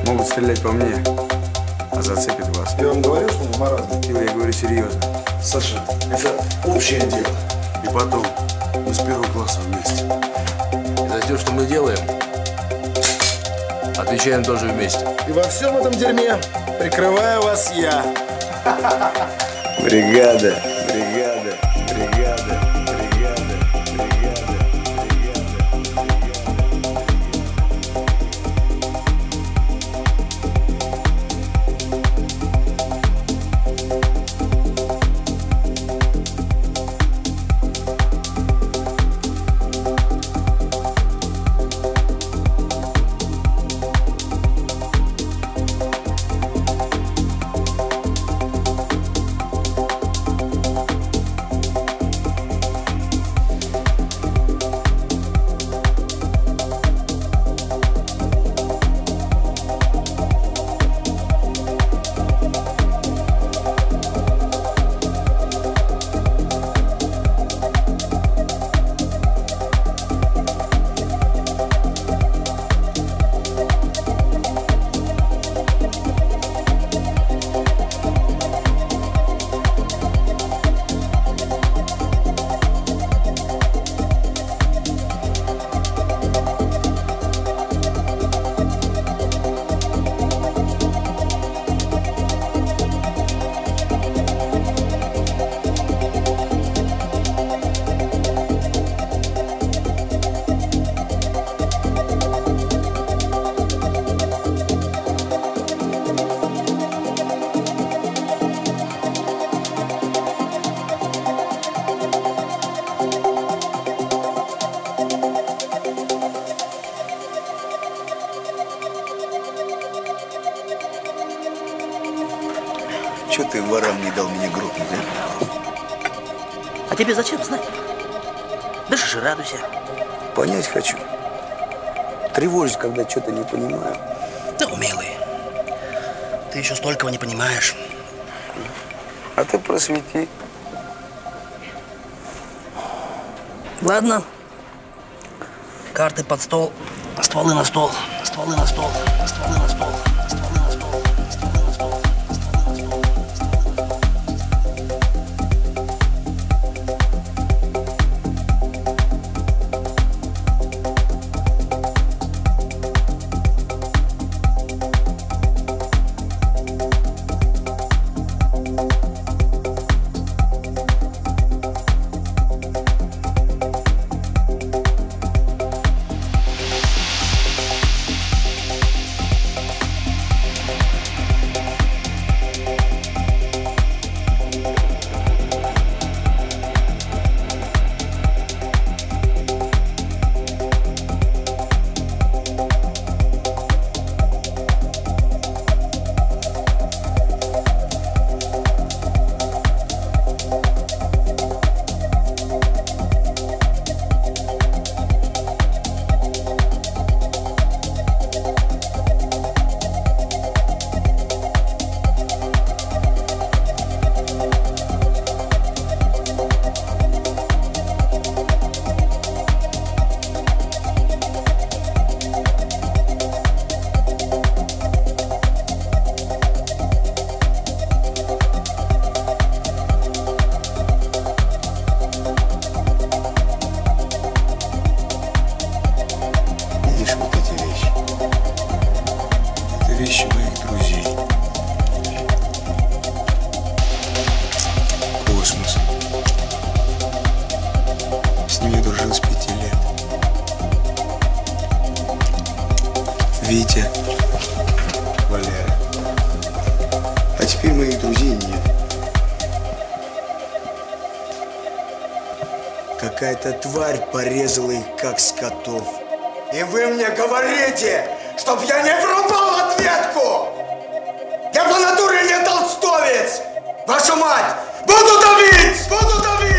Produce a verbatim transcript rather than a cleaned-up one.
Могут стрелять по мне, а зацепит вас. Я вам говорю, что мы маразм. Пиво, я говорю серьезно. Саша, это общее дело. И потом, мы с первого класса вместе. И за все, что мы делаем, отвечаем тоже вместе. И во всем этом дерьме прикрываю вас я. Бригада, бригада, бригада, бригада, бригада, бригада. Че ты ворам не дал меня грохнуть, а? А тебе зачем знать? Дышишь и радуйся. Понять хочу. Тревожусь, когда что-то не понимаю. Да, милый, ты еще столького не понимаешь. А ты просвети. Ладно. Карты под стол, стволы на стол, стволы на стол, стволы на стол, стволы на стол. Вещи моих друзей. Космос. С ними дружил с пяти лет. Витя. Валера. А теперь моих друзей нет. Какая-то тварь порезала их, как скотов. И вы мне говорите, чтоб я не врубал ответку! Я по натуре не толстовец! Вашу мать! Буду давить! Буду давить!